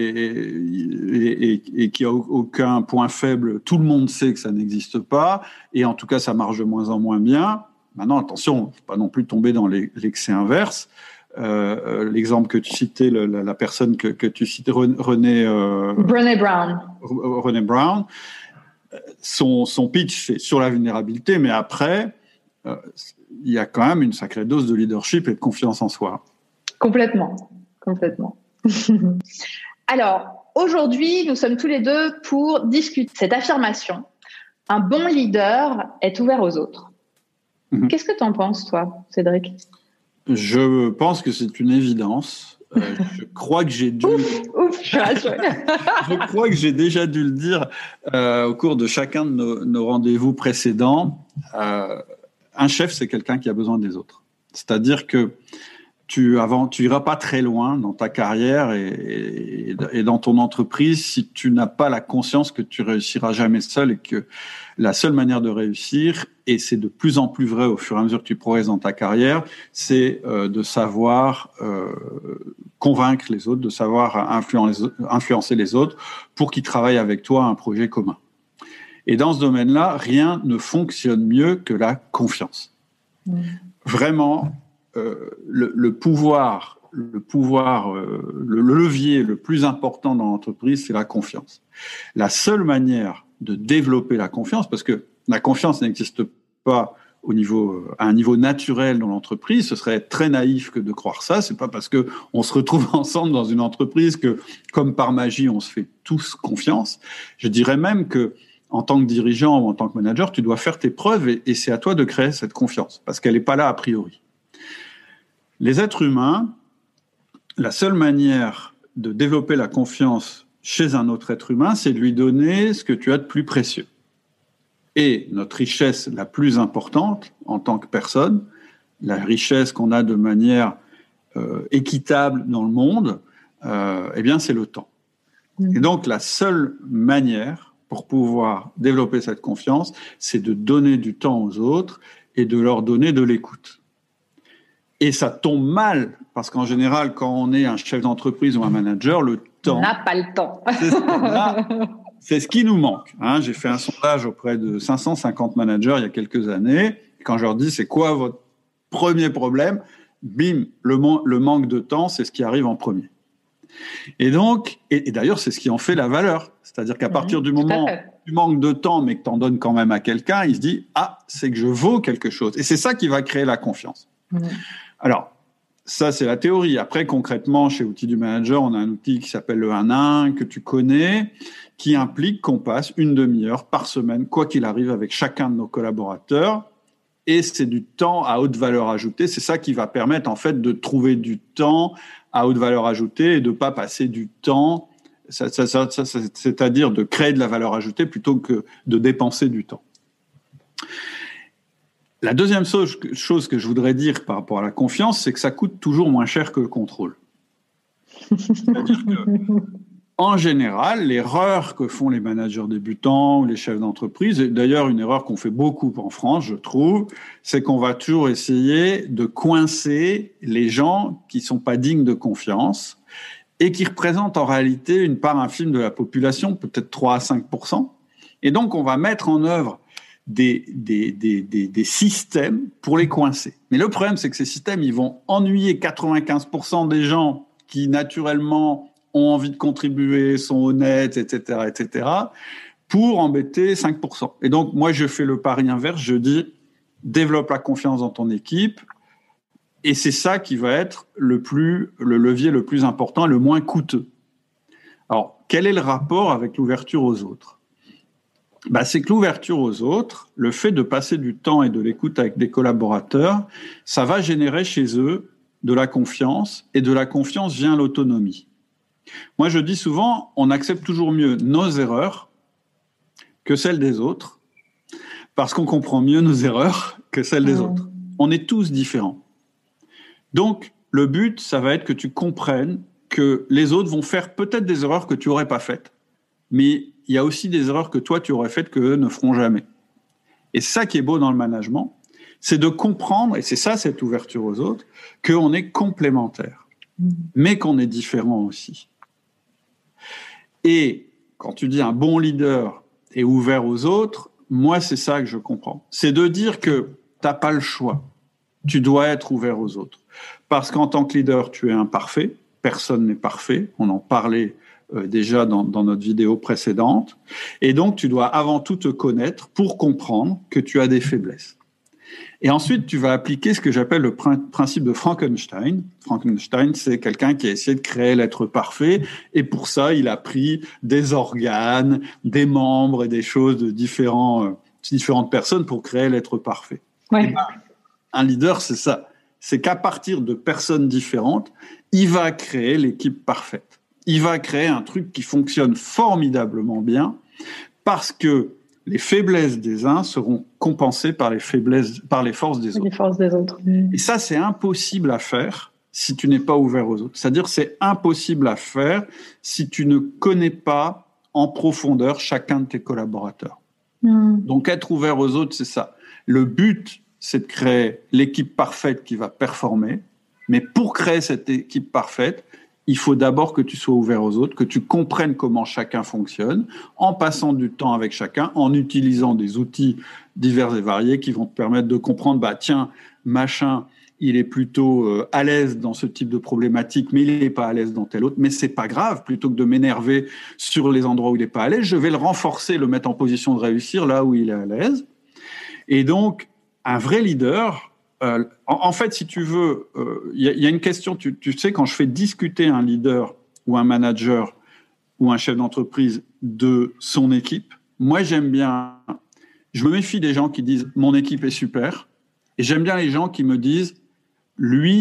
et, et, et qui a aucun point faible, tout le monde sait que ça n'existe pas, et en tout cas ça marche de moins en moins bien. Maintenant, attention, faut pas non plus tomber dans l'excès inverse. Euh, l'exemple que tu citais, le, la, la personne que, que tu citais, René euh, Brené Brown. René Brown, son, son pitch c'est sur la vulnérabilité, mais après, euh, il y a quand même une sacrée dose de leadership et de confiance en soi. Complètement, complètement. Alors, aujourd'hui, nous sommes tous les deux pour discuter cette affirmation. Un bon leader est ouvert aux autres. Mmh. Qu'est-ce que tu en penses, toi, Cédric ? Je pense que c'est une évidence. Euh, je crois que j'ai dû... Ouf, ouf, je suis rassurée. Je crois que j'ai déjà dû le dire euh, au cours de chacun de nos, nos rendez-vous précédents. Euh, un chef, c'est quelqu'un qui a besoin des autres. C'est-à-dire que tu avant, tu iras pas très loin dans ta carrière et, et, et dans ton entreprise si tu n'as pas la conscience que tu réussiras jamais seul et que la seule manière de réussir, et c'est de plus en plus vrai au fur et à mesure que tu progresses dans ta carrière, c'est euh, de savoir euh, convaincre les autres, de savoir influencer, influencer les autres pour qu'ils travaillent avec toi à un projet commun. Et dans ce domaine-là, rien ne fonctionne mieux que la confiance. Mmh. Vraiment, Euh, le, le pouvoir, le pouvoir, euh, le levier le plus important dans l'entreprise, c'est la confiance. La seule manière de développer la confiance, parce que la confiance n'existe pas au niveau, à un niveau naturel dans l'entreprise, ce serait très naïf que de croire ça. C'est pas parce que on se retrouve ensemble dans une entreprise que, comme par magie, on se fait tous confiance. Je dirais même que, en tant que dirigeant ou en tant que manager, tu dois faire tes preuves et, et c'est à toi de créer cette confiance, parce qu'elle n'est pas là a priori. Les êtres humains la seule manière de développer la confiance chez un autre être humain, c'est de lui donner ce que tu as de plus précieux. Et notre richesse la plus importante en tant que personne, la richesse qu'on a de manière euh, équitable dans le monde, euh, eh bien, c'est le temps. Mmh. Et donc, la seule manière pour pouvoir développer cette confiance, c'est de donner du temps aux autres et de leur donner de l'écoute. Et ça tombe mal, parce qu'en général, quand on est un chef d'entreprise ou un manager, le temps... On n'a pas le temps. C'est ce, c'est ce qui nous manque. Hein. J'ai fait un sondage auprès de cinq cent cinquante managers il y a quelques années. Quand je leur dis, c'est quoi votre premier problème ? Bim, le, man- le manque de temps, c'est ce qui arrive en premier. Et donc, et, et d'ailleurs, c'est ce qui en fait la valeur. C'est-à-dire qu'à mmh, partir du moment où tu manques de temps, mais que tu en donnes quand même à quelqu'un, il se dit, ah, c'est que je vaux quelque chose. Et c'est ça qui va créer la confiance. Mmh. Alors, ça, c'est la théorie. Après, concrètement, chez Outils du Manager, on a un outil qui s'appelle le un à un, que tu connais, qui implique qu'on passe une demi-heure par semaine, quoi qu'il arrive, avec chacun de nos collaborateurs. Et c'est du temps à haute valeur ajoutée. C'est ça qui va permettre, en fait, de trouver du temps à haute valeur ajoutée et de ne pas passer du temps, ça, ça, ça, ça, c'est-à-dire de créer de la valeur ajoutée plutôt que de dépenser du temps. La deuxième chose que je voudrais dire par rapport à la confiance, c'est que ça coûte toujours moins cher que le contrôle. C'est-à-dire que, en général, l'erreur que font les managers débutants ou les chefs d'entreprise, et d'ailleurs une erreur qu'on fait beaucoup en France, je trouve, c'est qu'on va toujours essayer de coincer les gens qui ne sont pas dignes de confiance et qui représentent en réalité une part infime de la population, peut-être trois à cinq pour cent. Et donc, on va mettre en œuvre Des, des, des, des, des systèmes pour les coincer. Mais le problème, c'est que ces systèmes, ils vont ennuyer quatre-vingt-quinze pour cent des gens qui, naturellement, ont envie de contribuer, sont honnêtes, et cetera, et cetera, pour embêter cinq pour cent. Et donc, moi, je fais le pari inverse. Je dis, développe la confiance dans ton équipe. Et c'est ça qui va être le, plus, le levier le plus important, le moins coûteux. Alors, quel est le rapport avec l'ouverture aux autres ? Bah, c'est que l'ouverture aux autres, le fait de passer du temps et de l'écoute avec des collaborateurs, ça va générer chez eux de la confiance, et de la confiance vient l'autonomie. Moi, je dis souvent, on accepte toujours mieux nos erreurs que celles des autres, parce qu'on comprend mieux nos erreurs que celles des mmh. autres. On est tous différents. Donc, le but, ça va être que tu comprennes que les autres vont faire peut-être des erreurs que tu n'aurais pas faites, mais il y a aussi des erreurs que toi, tu aurais faites qu'eux ne feront jamais. Et ça qui est beau dans le management, c'est de comprendre, et c'est ça cette ouverture aux autres, qu'on est complémentaires, mais qu'on est différents aussi. Et quand tu dis un bon leader est ouvert aux autres, moi, c'est ça que je comprends. C'est de dire que tu n'as pas le choix. Tu dois être ouvert aux autres. Parce qu'en tant que leader, tu es imparfait. Personne n'est parfait. On en parlait Euh, déjà dans, dans notre vidéo précédente. Et donc, tu dois avant tout te connaître pour comprendre que tu as des faiblesses. Et ensuite, tu vas appliquer ce que j'appelle le prin- principe de Frankenstein. Frankenstein, c'est quelqu'un qui a essayé de créer l'être parfait. Et pour ça, il a pris des organes, des membres et des choses de différents, euh, différentes personnes pour créer l'être parfait. Ouais. Et ben, un leader, c'est ça. C'est qu'à partir de personnes différentes, il va créer l'équipe parfaite. Il va créer un truc qui fonctionne formidablement bien parce que les faiblesses des uns seront compensées par les faiblesses, par les forces des les autres. Les forces des autres. Et ça, c'est impossible à faire si tu n'es pas ouvert aux autres. C'est-à-dire, c'est impossible à faire si tu ne connais pas en profondeur chacun de tes collaborateurs. Mmh. Donc, être ouvert aux autres, c'est ça. Le but, c'est de créer l'équipe parfaite qui va performer. Mais pour créer cette équipe parfaite, il faut d'abord que tu sois ouvert aux autres, que tu comprennes comment chacun fonctionne, en passant du temps avec chacun, en utilisant des outils divers et variés qui vont te permettre de comprendre, bah tiens, machin, il est plutôt euh, à l'aise dans ce type de problématique, mais il n'est pas à l'aise dans tel autre. Mais c'est pas grave, plutôt que de m'énerver sur les endroits où il n'est pas à l'aise, je vais le renforcer, le mettre en position de réussir là où il est à l'aise. Et donc, un vrai leader... Euh, en, en fait, si tu veux, il euh, y, y a une question, tu, tu sais, quand je fais discuter un leader ou un manager ou un chef d'entreprise de son équipe, moi j'aime bien, je me méfie des gens qui disent « mon équipe est super » et j'aime bien les gens qui me disent « lui,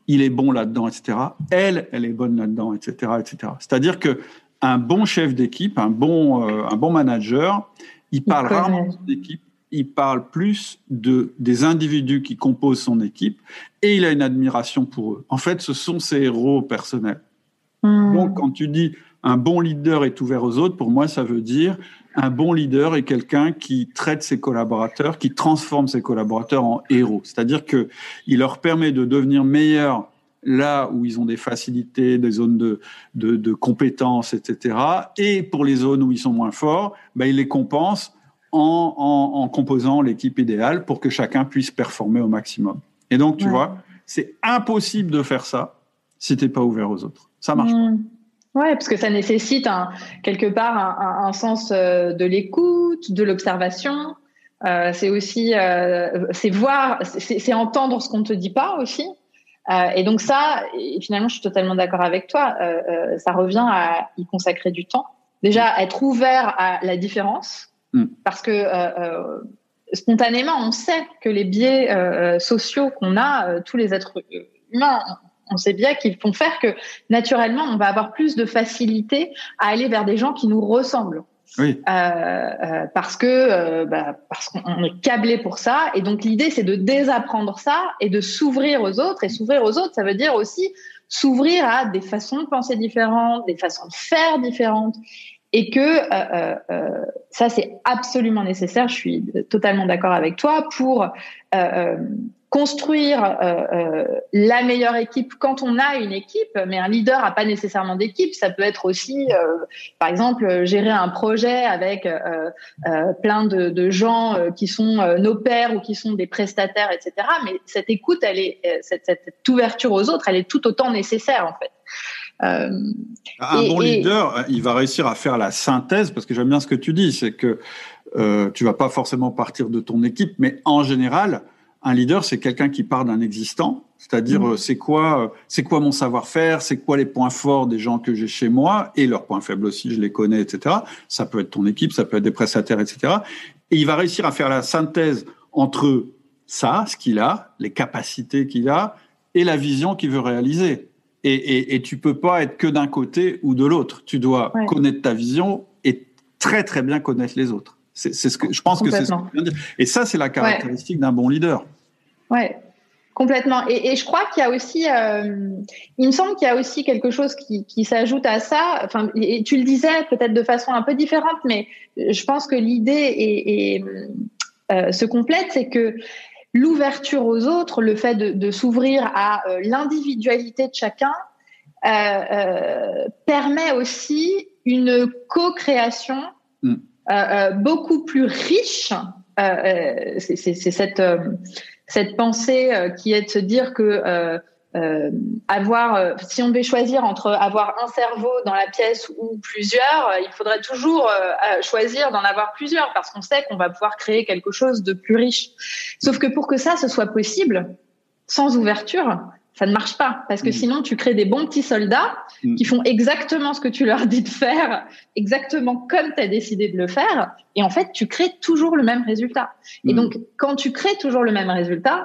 il est bon là-dedans, et cetera. Elle, elle est bonne là-dedans, et cetera, et cetera. C'est-à-dire que un bon chef d'équipe, un bon, euh, un bon manager, il parle il rarement de son équipe, il parle plus de, des individus qui composent son équipe et il a une admiration pour eux. En fait, ce sont ses héros personnels. Mmh. Donc, quand tu dis un bon leader est ouvert aux autres, pour moi, ça veut dire un bon leader est quelqu'un qui traite ses collaborateurs, qui transforme ses collaborateurs en héros. C'est-à-dire qu'il leur permet de devenir meilleurs là où ils ont des facilités, des zones de, de, de compétences, et cetera. Et pour les zones où ils sont moins forts, ben, il les compense en, en, en composant l'équipe idéale pour que chacun puisse performer au maximum. Et donc, tu ouais. vois, c'est impossible de faire ça si tu n'es pas ouvert aux autres. Ça marche mmh. pas. Ouais, parce que ça nécessite un, quelque part un, un, un sens de l'écoute, de l'observation. Euh, c'est aussi, euh, c'est voir, c'est, c'est entendre ce qu'on ne te dit pas aussi. Euh, et donc ça, et finalement, je suis totalement d'accord avec toi. Euh, euh, ça revient à y consacrer du temps. Déjà, mmh. être ouvert à la différence, mmh. parce que euh, euh, spontanément, on sait que les biais euh, sociaux qu'on a, euh, tous les êtres humains, on sait bien qu'ils font faire que naturellement, on va avoir plus de facilité à aller vers des gens qui nous ressemblent. Oui. Euh, euh, parce que euh, bah, parce qu'on est câblé pour ça. Et donc l'idée, c'est de désapprendre ça et de s'ouvrir aux autres. Et s'ouvrir aux autres, ça veut dire aussi s'ouvrir à des façons de penser différentes, des façons de faire différentes. Et que euh, euh, ça, c'est absolument nécessaire. Je suis totalement d'accord avec toi pour euh, euh, construire euh, euh, la meilleure équipe quand on a une équipe. Mais un leader n'a pas nécessairement d'équipe. Ça peut être aussi, euh, par exemple, gérer un projet avec euh, euh, plein de, de gens euh, qui sont euh, nos pairs ou qui sont des prestataires, et cetera. Mais cette écoute, elle est, cette, cette ouverture aux autres, elle est tout autant nécessaire en fait. Euh, un et, bon leader, et... il va réussir à faire la synthèse, parce que j'aime bien ce que tu dis, c'est que euh, tu vas pas forcément partir de ton équipe, mais en général, un leader, c'est quelqu'un qui part d'un existant, c'est-à-dire mmh. c'est quoi, c'est quoi mon savoir-faire, c'est quoi les points forts des gens que j'ai chez moi, et leurs points faibles aussi, je les connais, et cetera. Ça peut être ton équipe, ça peut être des prestataires, et cetera. Et il va réussir à faire la synthèse entre ça, ce qu'il a, les capacités qu'il a, et la vision qu'il veut réaliser. Et, et, et tu peux pas être que d'un côté ou de l'autre. Tu dois ouais. connaître ta vision et très très bien connaître les autres. C'est, c'est ce que je pense que c'est ce que je viens de dire. Et ça, c'est la caractéristique ouais. d'un bon leader. Ouais, complètement. Et, et je crois qu'il y a aussi, euh, il me semble qu'il y a aussi quelque chose qui, qui s'ajoute à ça. Enfin, et tu le disais peut-être de façon un peu différente, mais je pense que l'idée est, est, euh, se complète, c'est que l'ouverture aux autres, le fait de, de s'ouvrir à euh, l'individualité de chacun, euh, euh, permet aussi une co-création mm. euh, euh, beaucoup plus riche. Euh, euh, c'est, c'est, c'est cette, euh, cette pensée euh, qui est de se dire que euh, euh, avoir, euh, si on devait choisir entre avoir un cerveau dans la pièce ou plusieurs, euh, il faudrait toujours euh, choisir d'en avoir plusieurs parce qu'on sait qu'on va pouvoir créer quelque chose de plus riche. Sauf que pour que ça, ce soit possible, sans ouverture, ça ne marche pas parce que mmh. sinon tu crées des bons petits soldats mmh. qui font exactement ce que tu leur dis de faire, exactement comme tu as décidé de le faire, et en fait tu crées toujours le même résultat. Mmh. Et donc quand tu crées toujours le même résultat,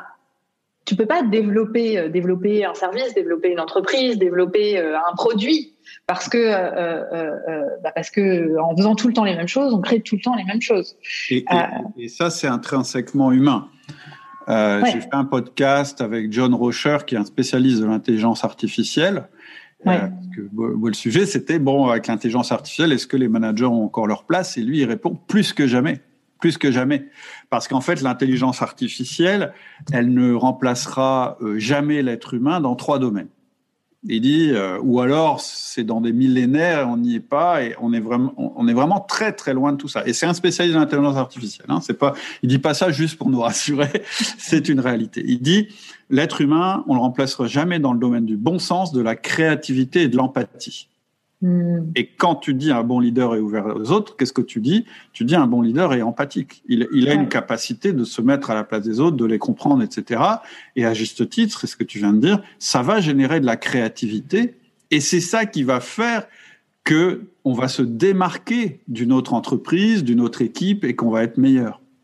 tu peux pas développer euh, développer un service, développer une entreprise, développer euh, un produit parce que euh, euh, euh, bah parce que en faisant tout le temps les mêmes choses, on crée tout le temps les mêmes choses. Et, euh, et, et ça, c'est intrinsèquement humain. Euh, ouais. J'ai fait un podcast avec John Rocher, qui est un spécialiste de l'intelligence artificielle. Ouais. Euh, parce que, bon, le sujet, c'était bon, avec l'intelligence artificielle, est-ce que les managers ont encore leur place? Et lui, il répond plus que jamais. Plus que jamais. Parce qu'en fait, l'intelligence artificielle, elle ne remplacera euh, jamais l'être humain dans trois domaines. Il dit, euh, ou alors c'est dans des millénaires, on n'y est pas, et on est vraiment, on est vraiment très très loin de tout ça. Et c'est un spécialiste de l'intelligence artificielle. Hein, c'est pas, il dit pas ça juste pour nous rassurer, c'est une réalité. Il dit, l'être humain, on le remplacera jamais dans le domaine du bon sens, de la créativité et de l'empathie. Mmh. Et quand tu dis un bon leader est ouvert aux autres, qu'est-ce que tu dis? Tu dis un bon leader est empathique. Il, il a ouais. une capacité de se mettre à la place des autres, de les comprendre, et cetera. Et à juste titre, c'est ce que tu viens de dire, ça va générer de la créativité. Et c'est ça qui va faire que on va se démarquer d'une autre entreprise, d'une autre équipe, et qu'on va être meilleur.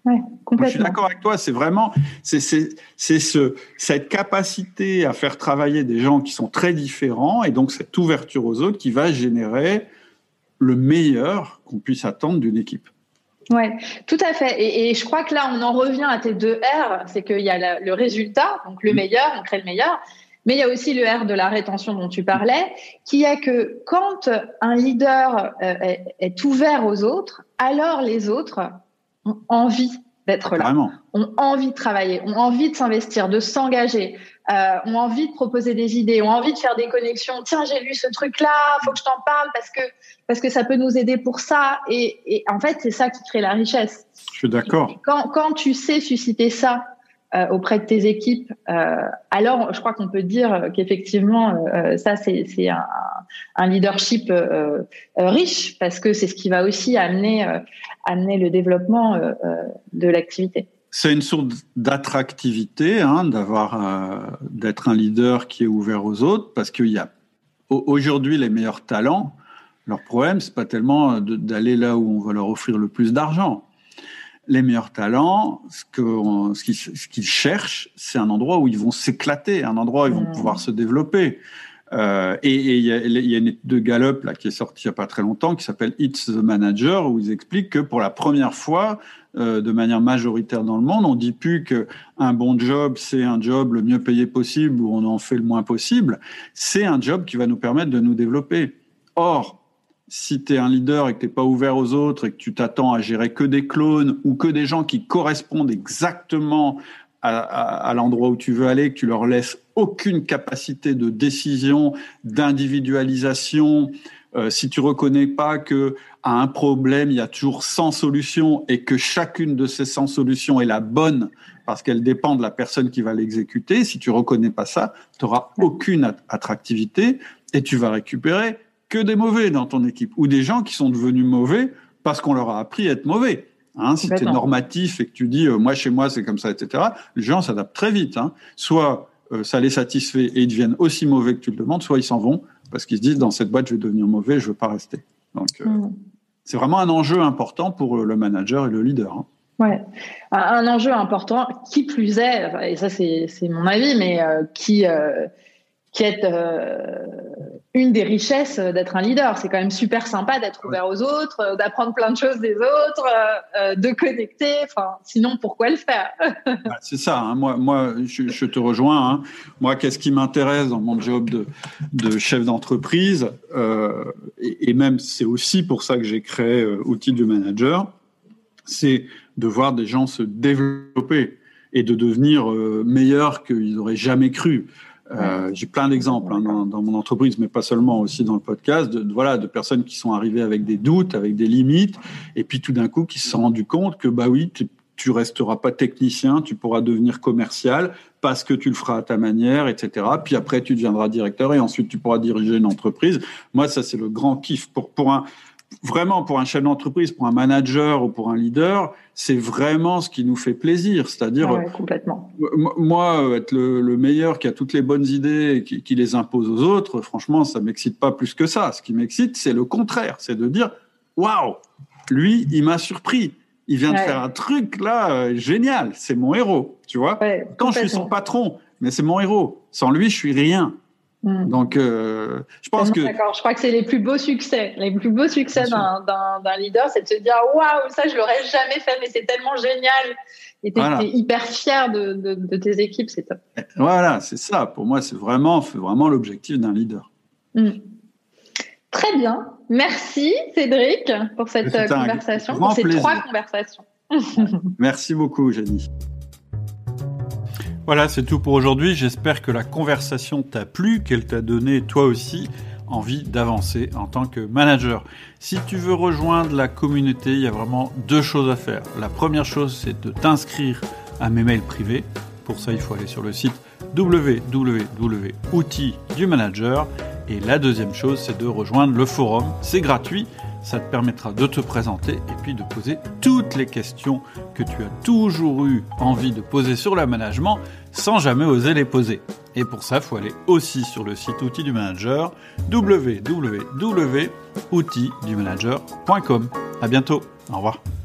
Ouais, complètement. Moi, je suis d'accord avec toi. C'est vraiment, c'est, c'est, c'est ce, cette capacité à faire travailler des gens qui sont très différents et donc cette ouverture aux autres qui va générer le meilleur qu'on puisse attendre d'une équipe. Ouais, tout à fait. Et, et je crois que là, on en revient à tes deux R. C'est qu'il y a la, le résultat, donc le meilleur, on crée le meilleur. Mais il y a aussi le R de la rétention dont tu parlais, qui est que quand un leader euh, est, est ouvert aux autres, alors les autres ont envie d'être là, Vraiment. ont envie de travailler, ont envie de s'investir, de s'engager, euh, ont envie de proposer des idées, ont envie de faire des connexions. Tiens, j'ai lu ce truc-là, faut que je t'en parle parce que parce que ça peut nous aider pour ça. Et, et en fait, c'est ça qui crée la richesse. Je suis d'accord. Et quand quand tu sais susciter ça euh, auprès de tes équipes, euh, alors je crois qu'on peut dire qu'effectivement, euh, ça c'est c'est un, un leadership euh, euh, riche parce que c'est ce qui va aussi amener euh, amener le développement euh, euh, de l'activité. C'est une source d'attractivité, hein, d'avoir, euh, d'être un leader qui est ouvert aux autres, parce qu'il y a aujourd'hui les meilleurs talents. Leur problème, c'est pas tellement de, d'aller là où on va leur offrir le plus d'argent. Les meilleurs talents, ce, que on, ce, qu'ils, ce qu'ils cherchent, c'est un endroit où ils vont s'éclater, un endroit où ils vont mmh. pouvoir se développer. Euh, et il y, y a une étude de Gallup là, qui est sortie il n'y a pas très longtemps, qui s'appelle It's the Manager, où ils expliquent que pour la première fois, euh, de manière majoritaire dans le monde, on dit plus qu'un bon job, c'est un job le mieux payé possible, où on en fait le moins possible. C'est un job qui va nous permettre de nous développer. Or, si tu es un leader et que tu n'es pas ouvert aux autres et que tu t'attends à gérer que des clones ou que des gens qui correspondent exactement à, à, à l'endroit où tu veux aller, que tu leur laisses aucune capacité de décision, d'individualisation, euh, si tu reconnais pas que à un problème, il y a toujours cent solutions et que chacune de ces cent solutions est la bonne parce qu'elle dépend de la personne qui va l'exécuter, si tu reconnais pas ça, tu n'auras aucune attractivité et tu vas récupérer que des mauvais dans ton équipe ou des gens qui sont devenus mauvais parce qu'on leur a appris à être mauvais. Hein, si tu es normatif et que tu dis euh, « moi, chez moi, c'est comme ça, et cetera », les gens s'adaptent très vite. Hein. Soit euh, ça les satisfait et ils deviennent aussi mauvais que tu le demandes, soit ils s'en vont parce qu'ils se disent « dans cette boîte, je vais devenir mauvais, je ne veux pas rester ». Donc, euh, mmh. c'est vraiment un enjeu important pour le manager et le leader. Hein. Ouais, un enjeu important, qui plus est, et ça c'est, c'est mon avis, mais euh, qui... Euh, qui est euh, une des richesses d'être un leader. C'est quand même super sympa d'être ouvert aux autres, euh, d'apprendre plein de choses des autres, euh, de connecter. Enfin, sinon, pourquoi le faire? C'est ça. Hein. Moi, moi, je, je te rejoins. Hein. Moi, qu'est-ce qui m'intéresse dans mon job de, de chef d'entreprise, euh, et, et même c'est aussi pour ça que j'ai créé euh, Outils du Manager, c'est de voir des gens se développer et de devenir euh, meilleurs qu'ils n'auraient jamais cru. Euh, j'ai plein d'exemples hein, dans, dans mon entreprise, mais pas seulement, aussi dans le podcast, de, de, voilà, de personnes qui sont arrivées avec des doutes, avec des limites, et puis tout d'un coup qui se sont rendus compte que bah oui, tu, tu resteras pas technicien, tu pourras devenir commercial parce que tu le feras à ta manière, et cetera. Puis après, tu deviendras directeur et ensuite tu pourras diriger une entreprise. Moi, ça c'est le grand kiff pour pour un vraiment pour un chef d'entreprise, pour un manager ou pour un leader, c'est vraiment ce qui nous fait plaisir. C'est-à-dire, ouais, complètement. Moi, être le, le meilleur qui a toutes les bonnes idées et qui, qui les impose aux autres, franchement, ça m'excite pas plus que ça. Ce qui m'excite, c'est le contraire. C'est de dire, waouh, lui, il m'a surpris. Il vient ouais. de faire un truc là euh, génial. C'est mon héros, tu vois. Ouais, Quand je suis son patron, mais c'est mon héros. Sans lui, je suis rien. Donc, euh, je pense que... D'accord, je crois que c'est les plus beaux succès. Les plus beaux succès d'un, d'un, d'un leader, c'est de se dire « Waouh, ça, je l'aurais jamais fait, mais c'est tellement génial !» Et t'es, voilà. t'es hyper fier de, de, de tes équipes, c'est top. Voilà, c'est ça. Pour moi, c'est vraiment, c'est vraiment l'objectif d'un leader. Mmh. Très bien. Merci, Cédric, pour cette c'est conversation, pour ces plaisir. trois conversations. Merci beaucoup, Jenny. Voilà, c'est tout pour aujourd'hui. J'espère que la conversation t'a plu, qu'elle t'a donné, toi aussi, envie d'avancer en tant que manager. Si tu veux rejoindre la communauté, il y a vraiment deux choses à faire. La première chose, c'est de t'inscrire à mes mails privés. Pour ça, il faut aller sur le site w w w point outils du manager. Et la deuxième chose, c'est de rejoindre le forum. C'est gratuit. Ça te permettra de te présenter et puis de poser toutes les questions que tu as toujours eu envie de poser sur le management sans jamais oser les poser. Et pour ça, il faut aller aussi sur le site Outils du Manager, w w w point outils du manager point com. À bientôt. Au revoir.